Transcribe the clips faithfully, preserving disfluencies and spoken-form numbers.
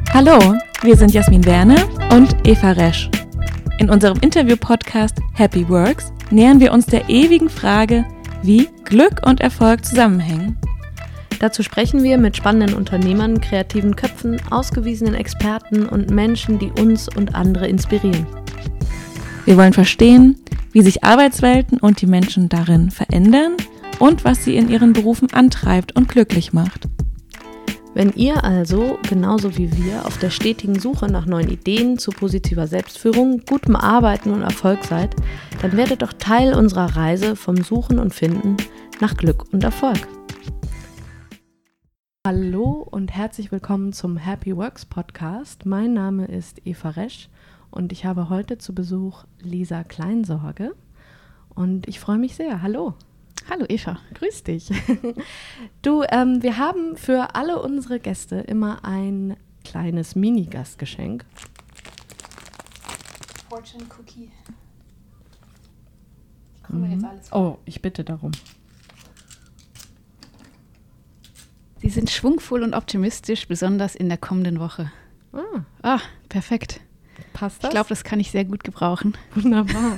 Hallo, wir sind Jasmin Werner und Eva Resch. In unserem Interview-Podcast Happy Works nähern wir uns der ewigen Frage, wie Glück und Erfolg zusammenhängen. Dazu sprechen wir mit spannenden Unternehmern, kreativen Köpfen, ausgewiesenen Experten und Menschen, die uns und andere inspirieren. Wir wollen verstehen, wie sich Arbeitswelten und die Menschen darin verändern und was sie in ihren Berufen antreibt und glücklich macht. Wenn ihr also, genauso wie wir, auf der stetigen Suche nach neuen Ideen zu positiver Selbstführung, gutem Arbeiten und Erfolg seid, dann werdet doch Teil unserer Reise vom Suchen und Finden nach Glück und Erfolg. Hallo und herzlich willkommen zum Happy Works Podcast. Mein Name ist Eva Resch und ich habe heute zu Besuch Lisa Kleinsorge und ich freue mich sehr. Hallo. Hallo Eva. Grüß dich. Du, ähm, wir haben für alle unsere Gäste immer ein kleines Mini-Gastgeschenk. Fortune Cookie. Ich komme Mhm. jetzt alles vor. Oh, ich bitte darum. Sie sind schwungvoll und optimistisch, besonders in der kommenden Woche. Ah, Ah, perfekt. passt das? Ich glaube, das kann ich sehr gut gebrauchen. Wunderbar.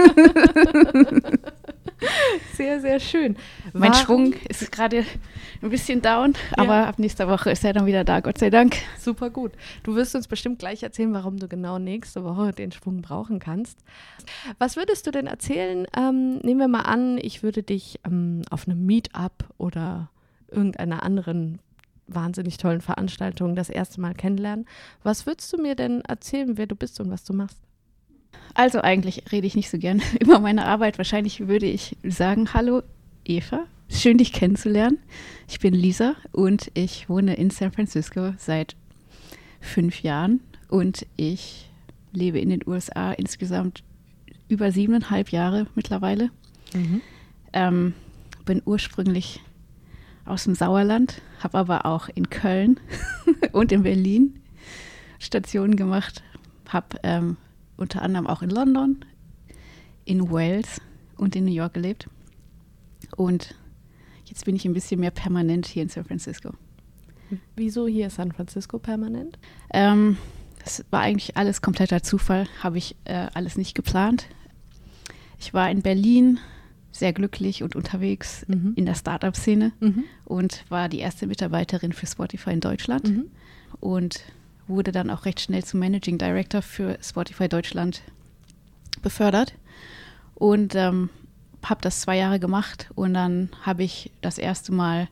Sehr, sehr schön. Mein Warum- Schwung ist gerade ein bisschen down, aber ab nächster Woche ist er dann wieder da, Gott sei Dank. Super gut. Du wirst uns bestimmt gleich erzählen, warum du genau nächste Woche den Schwung brauchen kannst. Was würdest du denn erzählen? Ähm, nehmen wir mal an, ich würde dich ähm, auf einem Meetup oder irgendeiner anderen wahnsinnig tollen Veranstaltung das erste Mal kennenlernen. Was würdest du mir denn erzählen, wer du bist und was du machst? Also eigentlich rede ich nicht so gern über meine Arbeit. Wahrscheinlich würde ich sagen, hallo Eva, schön dich kennenzulernen. Ich bin Lisa und ich wohne in San Francisco seit fünf Jahren und ich lebe in den U S A insgesamt über siebeneinhalb Jahre mittlerweile. Ähm, bin ursprünglich aus dem Sauerland, habe aber auch in Köln und in Berlin Stationen gemacht, habe ähm, unter anderem auch in London, in Wales und in New York gelebt. Und jetzt bin ich ein bisschen mehr permanent hier in San Francisco. Wieso hier San Francisco permanent? Ähm, das war eigentlich alles kompletter Zufall, habe ich äh, alles nicht geplant. Ich war in Berlin sehr glücklich und unterwegs Mhm. in der Startup-Szene Mhm. und war die erste Mitarbeiterin für Spotify in Deutschland. Mhm. Und wurde dann auch recht schnell zum Managing Director für Spotify Deutschland befördert und ähm, habe das zwei Jahre gemacht und dann habe ich das erste Mal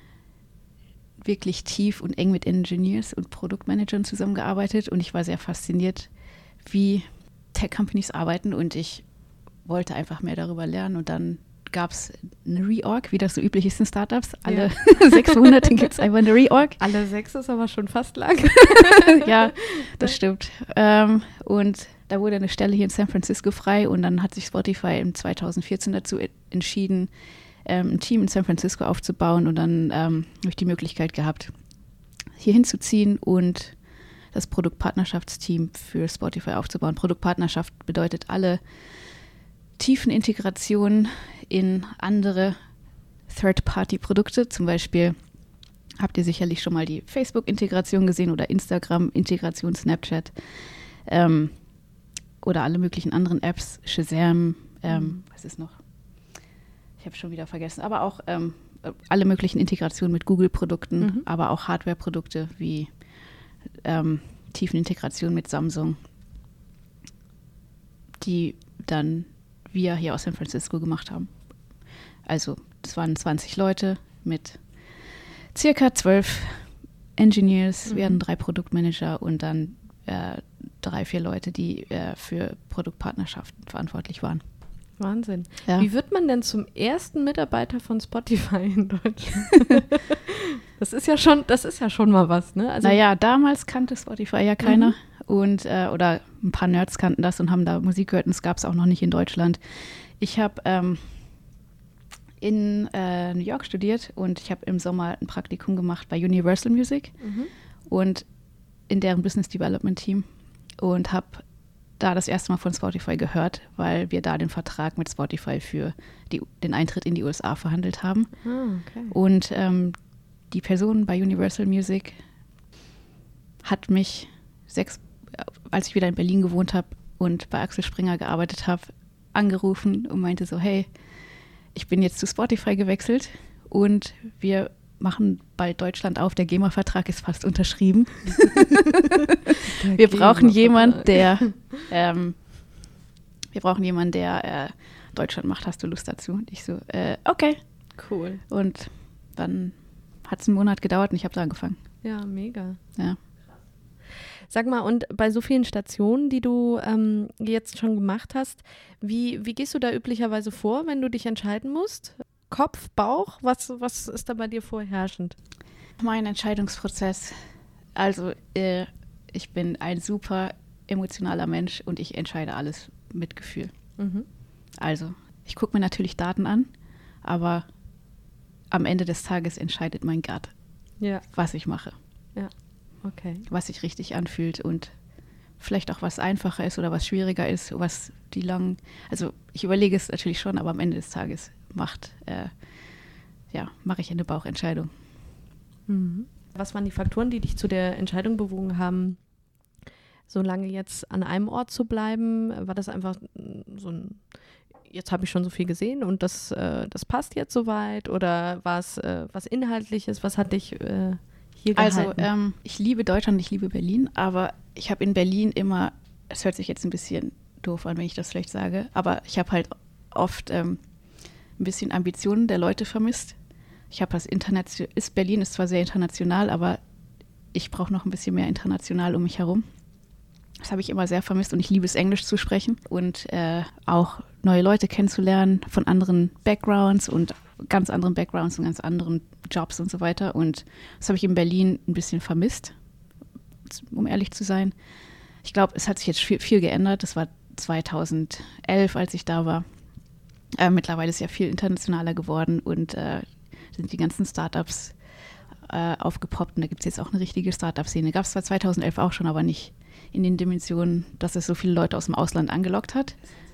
wirklich tief und eng mit Engineers und Produktmanagern zusammengearbeitet und ich war sehr fasziniert, wie Tech-Companies arbeiten und ich wollte einfach mehr darüber lernen und dann gab es eine Reorg, wie das so üblich ist in Startups. Alle sechs Monate gibt es einfach eine Reorg. Alle sechs ist aber schon fast lang. Ja, das stimmt. Ähm, und da wurde eine Stelle hier in San Francisco frei und dann hat sich Spotify im zweitausendvierzehn dazu e- entschieden, ähm, ein Team in San Francisco aufzubauen und dann ähm, habe ich die Möglichkeit gehabt, hier hinzuziehen und das Produktpartnerschaftsteam für Spotify aufzubauen. Produktpartnerschaft bedeutet alle tiefen Integrationen in andere Third-Party-Produkte. Zum Beispiel habt ihr sicherlich schon mal die Facebook-Integration gesehen oder Instagram-Integration, Snapchat ähm, oder alle möglichen anderen Apps, Shazam, ähm, Mhm. was ist noch? Ich habe schon wieder vergessen, aber auch ähm, alle möglichen Integrationen mit Google-Produkten, Mhm. aber auch Hardware-Produkte wie ähm, tiefen Integrationen mit Samsung, die dann wir hier aus San Francisco gemacht haben. Also das waren zwanzig Leute mit circa zwölf Engineers, Mhm. wir hatten drei Produktmanager und dann äh, drei, vier Leute, die äh, für Produktpartnerschaften verantwortlich waren. Wahnsinn. Ja. Wie wird man denn zum ersten Mitarbeiter von Spotify in Deutschland? Das ist ja schon, das ist ja schon mal was, ne? Also, Naja, damals kannte Spotify ja keiner und äh, oder ein paar Nerds kannten das und haben da Musik gehört und es gab es auch noch nicht in Deutschland. Ich habe ähm, in äh, New York studiert und ich habe im Sommer ein Praktikum gemacht bei Universal Music Mhm. und in deren Business Development Team und habe da das erste Mal von Spotify gehört, weil wir da den Vertrag mit Spotify für die, den Eintritt in die U S A verhandelt haben. Ah, okay. Und ähm, die Person bei Universal Music hat mich sechs, als ich wieder in Berlin gewohnt habe und bei Axel Springer gearbeitet habe, angerufen und meinte so, hey, ich bin jetzt zu Spotify gewechselt und wir machen bald Deutschland auf, der GEMA-Vertrag ist fast unterschrieben. wir brauchen jemanden, der ähm, wir brauchen jemanden, der äh, Deutschland macht, hast du Lust dazu? Und ich so, äh, okay. Cool. Und dann hat es einen Monat gedauert und ich habe da angefangen. Ja, mega. Ja. Sag mal, und bei so vielen Stationen, die du ähm, jetzt schon gemacht hast, wie, wie gehst du da üblicherweise vor, wenn du dich entscheiden musst? Kopf, Bauch, was, was ist da bei dir vorherrschend? Mein Entscheidungsprozess, also äh, ich bin ein super emotionaler Mensch und ich entscheide alles mit Gefühl. Mhm. Also ich gucke mir natürlich Daten an, aber am Ende des Tages entscheidet mein Gut, ja. was ich mache. Ja, okay. Was sich richtig anfühlt und vielleicht auch was einfacher ist oder was schwieriger ist, was die langen, also ich überlege es natürlich schon, aber am Ende des Tages macht, äh, ja, mache ich eine Bauchentscheidung. Mhm. Was waren die Faktoren, die dich zu der Entscheidung bewogen haben, so lange jetzt an einem Ort zu bleiben? War das einfach so ein, jetzt habe ich schon so viel gesehen und das, äh, das passt jetzt soweit? Oder war es äh, was Inhaltliches? Was hat dich äh, hier gehalten? Also ähm, ich liebe Deutschland, ich liebe Berlin, aber ich habe in Berlin immer, es hört sich jetzt ein bisschen doof an, wenn ich das vielleicht sage, aber ich habe halt oft ähm, ein bisschen Ambitionen der Leute vermisst. Ich habe das international, ist Berlin ist zwar sehr international, aber ich brauche noch ein bisschen mehr international um mich herum. Das habe ich immer sehr vermisst und ich liebe es, Englisch zu sprechen und äh, auch neue Leute kennenzulernen von anderen Backgrounds und ganz anderen Backgrounds und ganz anderen Jobs und so weiter. Und das habe ich in Berlin ein bisschen vermisst, um ehrlich zu sein. Ich glaube, es hat sich jetzt viel, viel geändert. Das war zweitausendelf, als ich da war. Äh, mittlerweile ist es ja viel internationaler geworden und äh, sind die ganzen Startups äh, aufgepoppt. Und da gibt es jetzt auch eine richtige Startup-Szene. Gab es zwar zweitausendelf auch schon, aber nicht in den Dimensionen, dass es so viele Leute aus dem Ausland angelockt hat.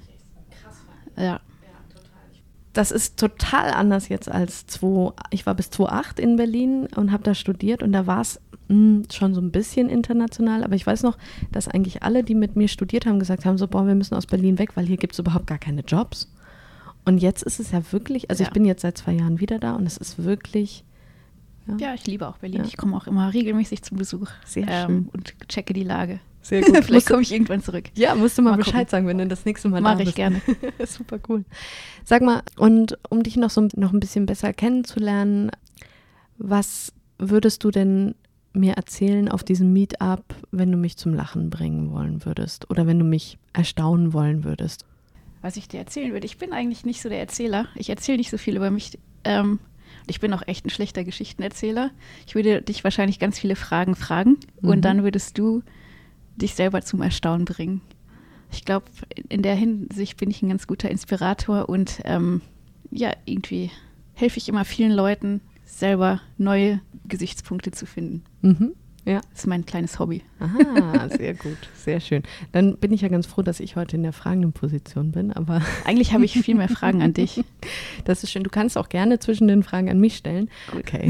Ja. Das ist total anders jetzt als zwei, ich war bis zweitausendacht in Berlin und habe da studiert und da war es schon so ein bisschen international, aber ich weiß noch, dass eigentlich alle, die mit mir studiert haben, gesagt haben, so, boah, wir müssen aus Berlin weg, weil hier gibt es überhaupt gar keine Jobs. Und jetzt ist es ja wirklich, also ja. ich bin jetzt seit zwei Jahren wieder da und es ist wirklich... Ja, ja ich liebe auch Berlin. Ja. Ich komme auch immer regelmäßig zum Besuch Sehr ähm, schön. und checke die Lage. Sehr gut. Vielleicht komme ich irgendwann zurück. Ja, musst du mal, Mal Bescheid gucken. sagen, wenn du das nächste Mal Mach da bist. ich gerne. Super cool. Sag mal, und um dich noch so noch ein bisschen besser kennenzulernen, was würdest du denn mir erzählen auf diesem Meetup, wenn du mich zum Lachen bringen wollen würdest oder wenn du mich erstaunen wollen würdest? Was ich dir erzählen würde, ich bin eigentlich nicht so der Erzähler. Ich erzähle nicht so viel über mich. Ähm, ich bin auch echt ein schlechter Geschichtenerzähler. Ich würde dich wahrscheinlich ganz viele Fragen fragen Mhm. und dann würdest du dich selber zum Erstaunen bringen. Ich glaube, in der Hinsicht bin ich ein ganz guter Inspirator und ähm, ja, irgendwie helfe ich immer vielen Leuten, selber neue Gesichtspunkte zu finden. Mhm. Ja. Das ist mein kleines Hobby. Aha, sehr gut, sehr schön. Dann bin ich ja ganz froh, dass ich heute in der fragenden Position bin, aber Eigentlich habe ich viel mehr Fragen an dich. das ist schön. Du kannst auch gerne zwischen den Fragen an mich stellen. Gut. Okay.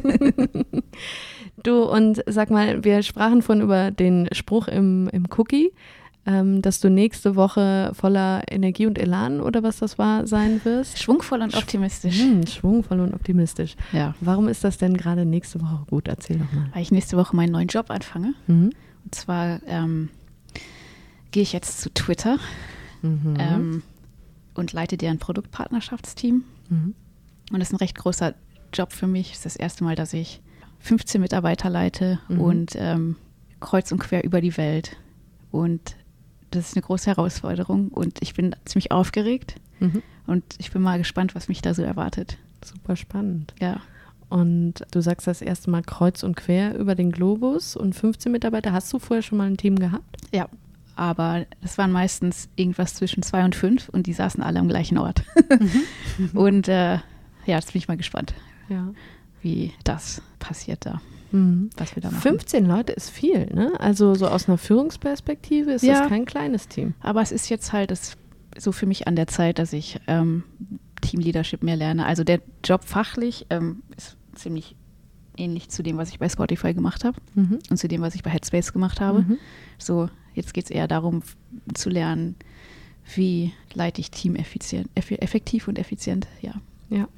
Du, und sag mal, wir sprachen vorhin über den Spruch im, im Cookie, ähm, dass du nächste Woche voller Energie und Elan oder was das war, sein wirst. Schwungvoll und optimistisch. Hm, schwungvoll und optimistisch. Ja. Warum ist das denn gerade nächste Woche gut? Erzähl doch mal. Weil ich nächste Woche meinen neuen Job anfange. Mhm. Und zwar ähm, gehe ich jetzt zu Twitter Mhm. ähm, und leite deren Produktpartnerschaftsteam. Mhm. Und das ist ein recht großer Job für mich. Das ist das erste Mal, dass ich fünfzehn Mitarbeiter leite Mhm. und ähm, kreuz und quer über die Welt. Und das ist eine große Herausforderung und ich bin ziemlich aufgeregt Mhm. und ich bin mal gespannt, was mich da so erwartet. Super spannend. Ja. Und du sagst das erste Mal kreuz und quer über den Globus und fünfzehn Mitarbeiter. Hast du vorher schon mal ein Team gehabt? Ja, aber das waren meistens irgendwas zwischen zwei und fünf und die saßen alle am gleichen Ort. Und äh, ja, jetzt bin ich mal gespannt, Ja. wie das passiert da, Mhm. was wir da machen. fünfzehn Leute ist viel, ne? Also so aus einer Führungsperspektive ist Ja. das kein kleines Team. Aber es ist jetzt halt das, so für mich an der Zeit, dass ich ähm, Teamleadership mehr lerne. Also der Job fachlich ähm, ist ziemlich ähnlich zu dem, was ich bei Spotify gemacht habe Mhm. und zu dem, was ich bei Headspace gemacht habe. Mhm. So, jetzt geht es eher darum, f- zu lernen, wie leite ich Team effizient, eff- effektiv und effizient, ja. Ja.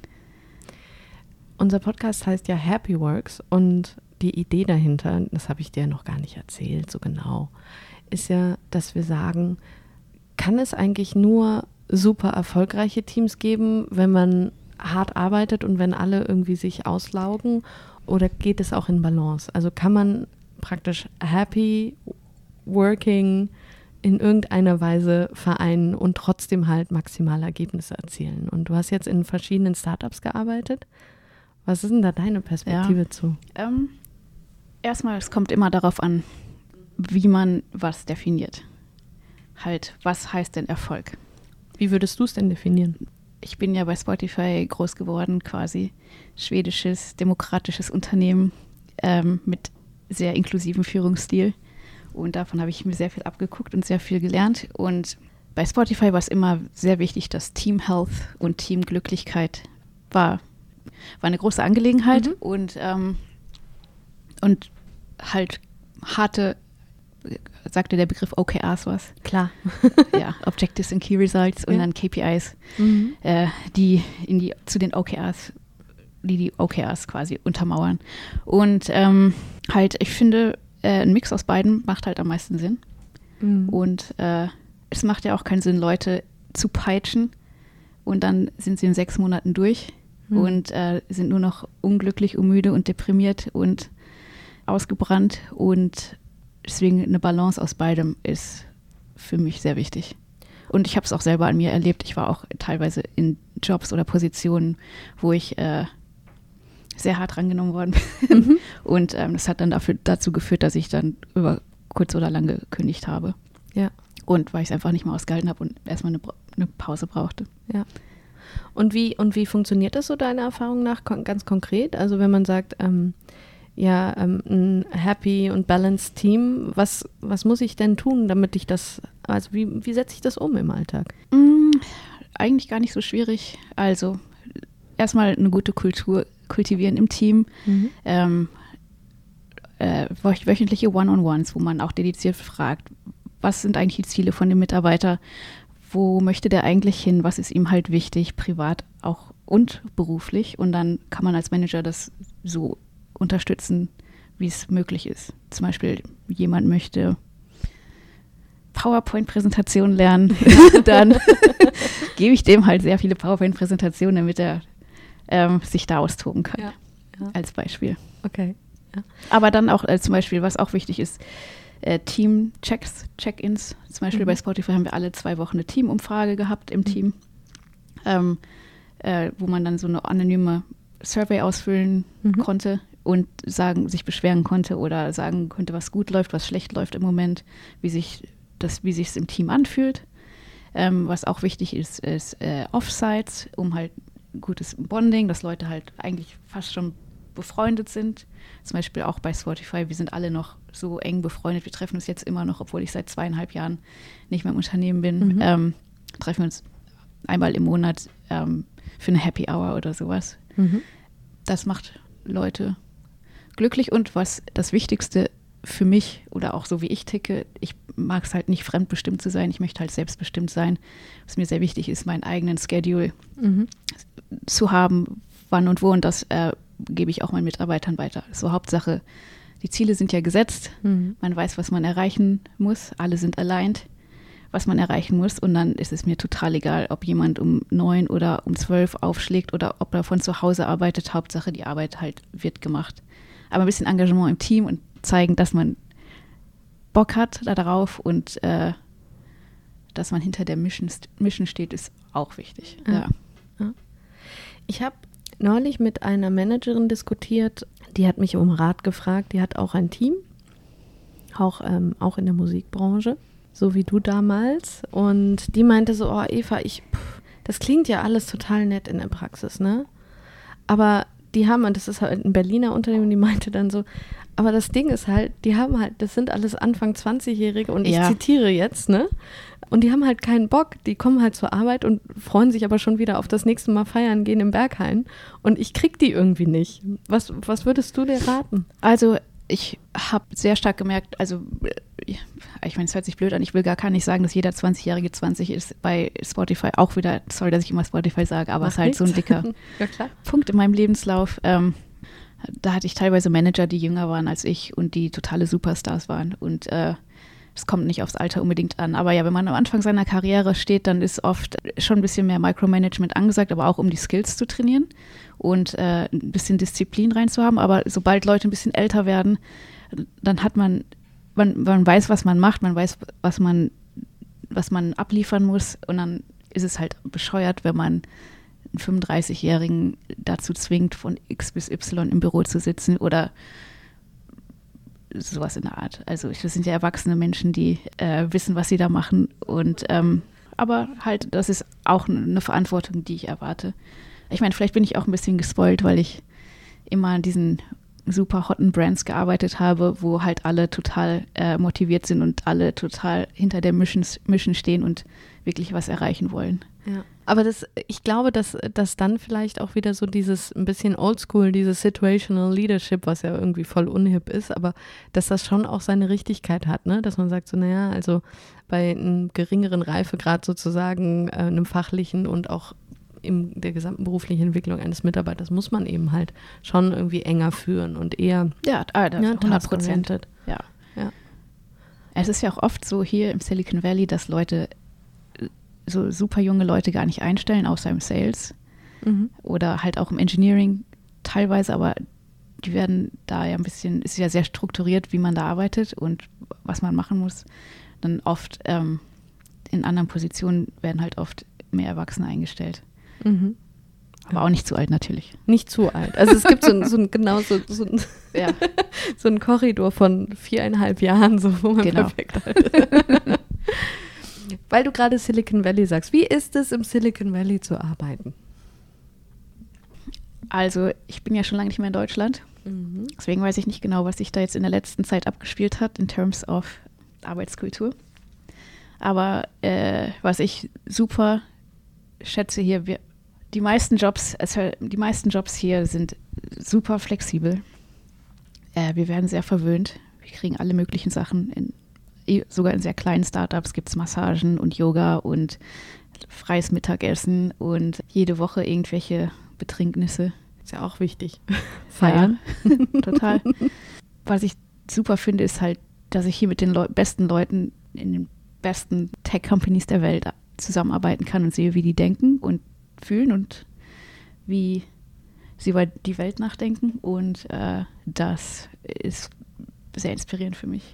Unser Podcast heißt ja Happy Works und die Idee dahinter, das habe ich dir noch gar nicht erzählt, so genau, ist ja, dass wir sagen, kann es eigentlich nur super erfolgreiche Teams geben, wenn man hart arbeitet und wenn alle irgendwie sich auslaugen, oder geht es auch in Balance? Also kann man praktisch happy working in irgendeiner Weise vereinen und trotzdem halt maximale Ergebnisse erzielen? Und du hast jetzt in verschiedenen Startups gearbeitet. Was ist denn da deine Perspektive Ja. zu? Ähm, erstmal, es kommt immer darauf an, wie man was definiert. Halt, was heißt denn Erfolg? Wie würdest du es denn definieren? Ich bin ja bei Spotify groß geworden, quasi schwedisches, demokratisches Unternehmen ähm, mit sehr inklusivem Führungsstil. Und davon habe ich mir sehr viel abgeguckt und sehr viel gelernt. Und bei Spotify war es immer sehr wichtig, dass Team Health und Teamglücklichkeit war, war eine große Angelegenheit. Mhm. Und, ähm, und halt harte, sagte der Begriff O K Rs was. Klar. Ja, Objectives and Key Results und Ja. dann K P Is, Mhm. äh, die in die zu den O K Rs, die die O K Rs quasi untermauern. Und ähm, halt, ich finde, äh, ein Mix aus beiden macht halt am meisten Sinn. Mhm. Und äh, es macht ja auch keinen Sinn, Leute zu peitschen und dann sind sie in sechs Monaten durch Mhm. und äh, sind nur noch unglücklich und müde und deprimiert und ausgebrannt. Und deswegen eine Balance aus beidem ist für mich sehr wichtig. Und ich habe es auch selber an mir erlebt. Ich war auch teilweise in Jobs oder Positionen, wo ich äh, sehr hart rangenommen worden bin. Mhm. Und ähm, das hat dann dafür, dazu geführt, dass ich dann über kurz oder lang gekündigt habe. Ja. Und weil ich es einfach nicht mehr ausgehalten habe und erstmal eine, Bra- eine Pause brauchte. Ja. Und wie, und wie funktioniert das so deiner Erfahrung nach kon- ganz konkret? Also wenn man sagt, ähm, ja, ähm, ein happy und balanced Team, was, was muss ich denn tun, damit ich das, also wie, wie setze ich das um im Alltag? Mm, eigentlich gar nicht so schwierig. Also erstmal eine gute Kultur kultivieren im Team. Ähm, äh, wöch- wöchentliche One-on-Ones, wo man auch dediziert fragt, was sind eigentlich die Ziele von dem Mitarbeiter, wo möchte der eigentlich hin, was ist ihm halt wichtig, privat auch und beruflich. Und dann kann man als Manager das so unterstützen, wie es möglich ist. Zum Beispiel jemand möchte PowerPoint-Präsentationen lernen, dann gebe ich dem halt sehr viele PowerPoint-Präsentationen, damit er ähm, sich da austoben kann, Ja. Ja. als Beispiel. Okay. Aber dann auch äh, zum Beispiel, was auch wichtig ist, äh, Team-Checks, Check-ins. Zum Beispiel Mhm. bei Spotify haben wir alle zwei Wochen eine Teamumfrage gehabt im Team, ähm, äh, wo man dann so eine anonyme Survey ausfüllen Mhm. konnte und sagen, sich beschweren konnte oder sagen konnte, was gut läuft, was schlecht läuft im Moment, wie sich das, wie sich es im Team anfühlt. Ähm, was auch wichtig ist, ist äh, Offsites, um halt gutes Bonding, dass Leute halt eigentlich fast schon befreundet sind. Zum Beispiel auch bei Spotify, wir sind alle noch so eng befreundet. Wir treffen uns jetzt immer noch, obwohl ich seit zweieinhalb Jahren nicht mehr im Unternehmen bin. Mhm. Ähm, treffen wir uns einmal im Monat ähm, für eine Happy Hour oder sowas. Mhm. Das macht Leute glücklich und was das Wichtigste für mich oder auch so wie ich ticke, ich mag es halt nicht fremdbestimmt zu sein, ich möchte halt selbstbestimmt sein. Was mir sehr wichtig ist, meinen eigenen Schedule Mhm. zu haben, wann und wo und das äh, gebe ich auch meinen Mitarbeitern weiter. So Hauptsache, die Ziele sind ja gesetzt, Mhm. man weiß, was man erreichen muss, alle sind aligned, was man erreichen muss und dann ist es mir total egal, ob jemand um neun oder um zwölf aufschlägt oder ob er von zu Hause arbeitet, Hauptsache die Arbeit halt wird gemacht. Aber ein bisschen Engagement im Team und zeigen, dass man Bock hat darauf und äh, dass man hinter der Mission, st- Mission steht, ist auch wichtig. Ja. Ja. Ich habe neulich mit einer Managerin diskutiert, die hat mich um Rat gefragt, die hat auch ein Team, auch, ähm, auch in der Musikbranche, so wie du damals. Und die meinte so, oh Eva, ich, pff, das klingt ja alles total nett in der Praxis, ne? Aber die haben, und das ist halt ein Berliner Unternehmen, die meinte dann so, aber das Ding ist halt, die haben halt, das sind alles Anfang zwanzigjährige und ich Ja. zitiere jetzt, ne? Und die haben halt keinen Bock, die kommen halt zur Arbeit und freuen sich aber schon wieder auf das nächste Mal feiern gehen im Berghain und ich krieg die irgendwie nicht. Was, was würdest du dir raten? Also ich habe sehr stark gemerkt, also ich meine, es hört sich blöd an, ich will gar gar nicht sagen, dass jeder zwanzigjährige zwanzig ist bei Spotify auch wieder, sorry, dass ich immer Spotify sage, aber es ist halt so ein dicker ja, klar. Punkt in meinem Lebenslauf. Ähm, da hatte ich teilweise Manager, die jünger waren als ich und die totale Superstars waren und äh, es kommt nicht aufs Alter unbedingt an. Aber ja, wenn man am Anfang seiner Karriere steht, dann ist oft schon ein bisschen mehr Micromanagement angesagt, aber auch um die Skills zu trainieren und äh, ein bisschen Disziplin reinzuhaben. Aber sobald Leute ein bisschen älter werden, dann hat man, man, man weiß, was man macht, man weiß, was man, was man abliefern muss und dann ist es halt bescheuert, wenn man einen fünfunddreißigjährigen dazu zwingt, von X bis Y im Büro zu sitzen oder sowas in der Art. Also das sind ja erwachsene Menschen, die äh, wissen, was sie da machen. Und ähm, aber halt, das ist auch eine Verantwortung, die ich erwarte. Ich meine, vielleicht bin ich auch ein bisschen gespoilt, weil ich immer an diesen super hotten Brands gearbeitet habe, wo halt alle total äh, motiviert sind und alle total hinter der Mission, Mission stehen und wirklich was erreichen wollen. Ja. Aber das, ich glaube, dass, dass dann vielleicht auch wieder so dieses ein bisschen oldschool, dieses Situational Leadership, was ja irgendwie voll unhip ist, aber dass das schon auch seine Richtigkeit hat, ne? Dass man sagt so, naja, also bei einem geringeren Reifegrad sozusagen, äh, einem fachlichen und auch in der gesamten beruflichen Entwicklung eines Mitarbeiters muss man eben halt schon irgendwie enger führen und eher ja, ah, das ja, hundert Prozent. task-oriented. Ja. Ja. Es ist ja auch oft so hier im Silicon Valley, dass Leute so super junge Leute gar nicht einstellen, außer im Sales Mhm. oder halt auch im Engineering teilweise, aber die werden da ja ein bisschen, ist ja sehr strukturiert, wie man da arbeitet und was man machen muss. Dann oft ähm, in anderen Positionen werden halt oft mehr Erwachsene eingestellt. Mhm. Aber auch nicht zu alt natürlich. Nicht zu alt. Also es gibt so ein, so ein genau so, so, ein, Ja, so ein Korridor von viereinhalb Jahren, so wo man Genau. perfekt alt ist. Weil du gerade Silicon Valley sagst. Wie ist es, im Silicon Valley zu arbeiten? also ich bin ja schon lange nicht mehr in Deutschland. Mhm. Deswegen weiß ich nicht genau, was sich da jetzt in der letzten Zeit abgespielt hat in terms of Arbeitskultur. Aber äh, was ich super schätze hier, wir, die meisten Jobs, also die meisten Jobs hier sind super flexibel. Äh, wir werden sehr verwöhnt. Wir kriegen alle möglichen Sachen. In, sogar in sehr kleinen Startups gibt es Massagen und Yoga und freies Mittagessen und jede Woche irgendwelche Betrinknisse. Ist ja auch wichtig. Feiern. Ja, total. Was ich super finde, ist halt, dass ich hier mit den Leu- besten Leuten in den besten Tech-Companies der Welt zusammenarbeiten kann und sehe, wie die denken und fühlen und wie sie über die Welt nachdenken. Und äh, das ist sehr inspirierend für mich.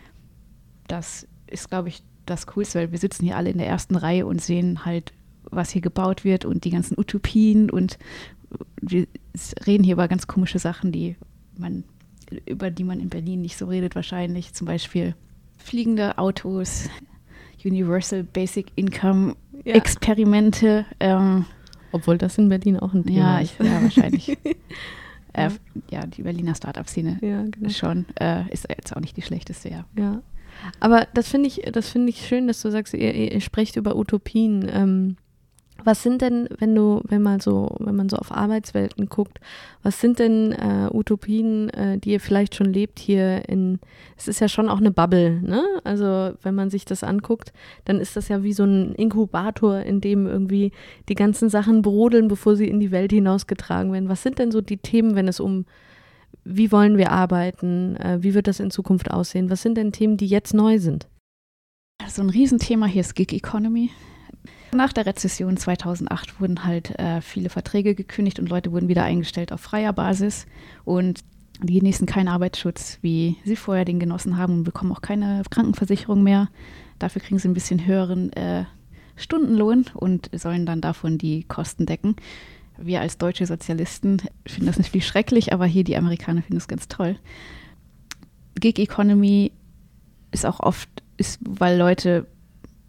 Das ist, glaube ich, das Coolste, weil wir sitzen hier alle in der ersten Reihe und sehen halt, was hier gebaut wird und die ganzen Utopien und wir reden hier über ganz komische Sachen, die man, über die man in Berlin nicht so redet wahrscheinlich. Zum Beispiel fliegende Autos, Universal Basic Income, Ja. Experimente. Ähm, Obwohl das in Berlin auch ein Thema ja, ist. ich, ja, wahrscheinlich. äh, ja, die Berliner Startup-Szene Ja, genau. schon äh, ist jetzt auch nicht die schlechteste, ja. Ja, aber das finde ich, das finde ich schön, dass du sagst, ihr, ihr, ihr sprecht über Utopien. Ähm, was sind denn, wenn du, wenn mal so, wenn man so auf Arbeitswelten guckt, was sind denn äh, Utopien, äh, die ihr vielleicht schon lebt hier in, es ist ja schon auch eine Bubble, ne? Also wenn man sich das anguckt, dann ist das ja wie so ein Inkubator, in dem irgendwie die ganzen Sachen brodeln, bevor sie in die Welt hinausgetragen werden. Was sind denn so die Themen, wenn es um wie wollen wir arbeiten? Äh, wie wird das in Zukunft aussehen? Was sind denn Themen, die jetzt neu sind? So ein Riesenthema hier ist Gig Economy. Nach der Rezession zweitausendacht wurden halt äh, viele Verträge gekündigt und Leute wurden wieder eingestellt auf freier Basis und die genießen keinen Arbeitsschutz, wie sie vorher den genossen haben und bekommen auch keine Krankenversicherung mehr. Dafür kriegen sie ein bisschen höheren äh, Stundenlohn und sollen dann davon die Kosten decken. Wir als deutsche Sozialisten finden das natürlich schrecklich, aber hier die Amerikaner finden es ganz toll. Gig Economy ist auch oft, ist, weil Leute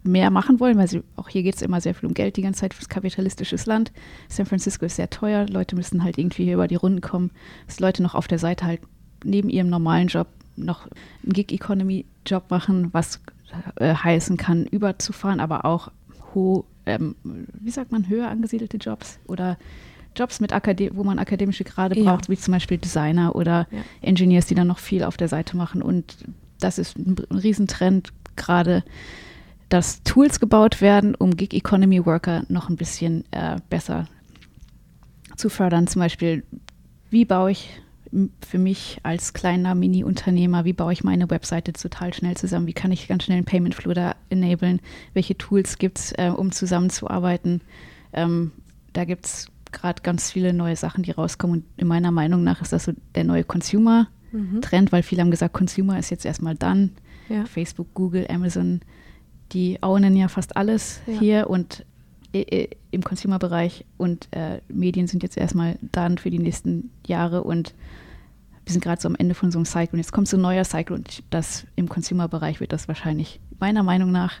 mehr machen wollen, weil sie, auch hier geht es immer sehr viel um Geld die ganze Zeit, für das kapitalistisches Land. San Francisco ist sehr teuer, Leute müssen halt irgendwie hier über die Runden kommen, dass Leute noch auf der Seite halt neben ihrem normalen Job noch einen Gig-Economy-Job machen, was äh, heißen kann, überzufahren, aber auch ho- ähm, wie sagt man, höher angesiedelte Jobs oder Jobs, mit Akade- wo man akademische Grade Ja. braucht, wie zum Beispiel Designer oder Ja. Engineers, die dann noch viel auf der Seite machen. Und das ist ein, ein Riesentrend gerade, dass Tools gebaut werden, um Gig-Economy-Worker noch ein bisschen äh, besser zu fördern. Zum Beispiel, wie baue ich m- für mich als kleiner Mini-Unternehmer, wie baue ich meine Webseite total schnell zusammen? Wie kann ich ganz schnell einen Payment-Flow da enablen? Welche Tools gibt es, äh, um zusammenzuarbeiten? Ähm, da gibt es gerade ganz viele neue Sachen, die rauskommen. Und in meiner Meinung nach ist das so der neue Consumer-Trend, Mhm. weil viele haben gesagt, Consumer ist jetzt erstmal done. Ja. Facebook, Google, Amazon, die ownen ja fast alles Ja. hier und äh, im Consumer-Bereich und äh, Medien sind jetzt erstmal done für die nächsten Jahre und wir sind gerade so am Ende von so einem Cycle und jetzt kommt so ein neuer Cycle und das im Consumer-Bereich wird das wahrscheinlich meiner Meinung nach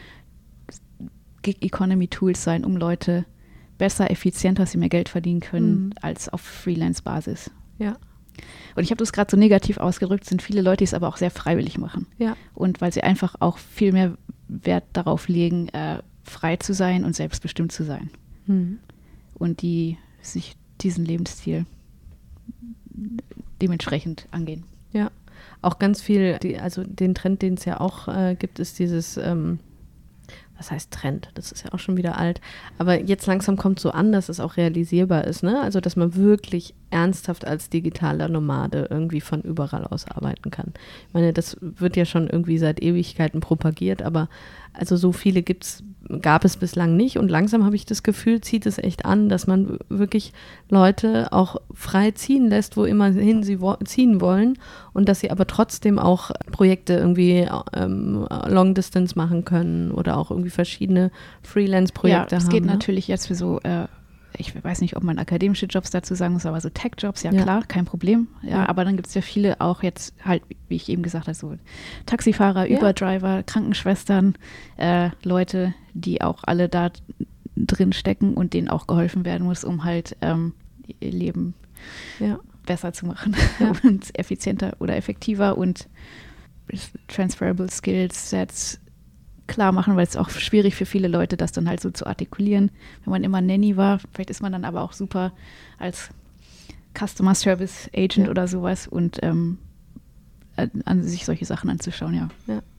Gig-Economy-Tools sein, um Leute besser, effizienter, dass sie mehr Geld verdienen können Mhm. als auf Freelance-Basis. Ja. Und ich habe das gerade so negativ ausgedrückt, sind viele Leute, die es aber auch sehr freiwillig machen. Ja. Und weil sie einfach auch viel mehr Wert darauf legen, äh, frei zu sein und selbstbestimmt zu sein. Mhm. Und die sich diesen Lebensstil dementsprechend angehen. Ja, auch ganz viel, die, also den Trend, den es ja auch äh, gibt, ist dieses, ähm, was heißt Trend? Das ist ja auch schon wieder alt. Aber jetzt langsam kommt so an, dass es auch realisierbar ist, ne? Also, dass man wirklich ernsthaft als digitaler Nomade irgendwie von überall aus arbeiten kann. Ich meine, das wird ja schon irgendwie seit Ewigkeiten propagiert, aber also so viele gibt's, gab es bislang nicht und langsam habe ich das Gefühl, zieht es echt an, dass man wirklich Leute auch frei ziehen lässt, wo immer hin sie wo- ziehen wollen und dass sie aber trotzdem auch Projekte irgendwie ähm, Long Distance machen können oder auch irgendwie verschiedene Freelance-Projekte ja, es haben. geht ne? natürlich jetzt für so, äh, ich weiß nicht, ob man akademische Jobs dazu sagen muss, aber so Tech-Jobs, ja, Ja. klar, kein Problem. Ja, Ja. aber dann gibt es ja viele auch jetzt halt, wie ich eben gesagt habe, so Taxifahrer, Ja. Uber-Driver, Krankenschwestern, äh, Leute, die auch alle da drin stecken und denen auch geholfen werden muss, um halt ähm, ihr Leben Ja. besser zu machen Ja. und effizienter oder effektiver und transferable Skills Sets klar machen, weil es auch schwierig für viele Leute, das dann halt so zu artikulieren. Wenn man immer Nanny war, vielleicht ist man dann aber auch super als Customer Service Agent Ja. oder sowas und ähm, an, an sich solche Sachen anzuschauen, ja.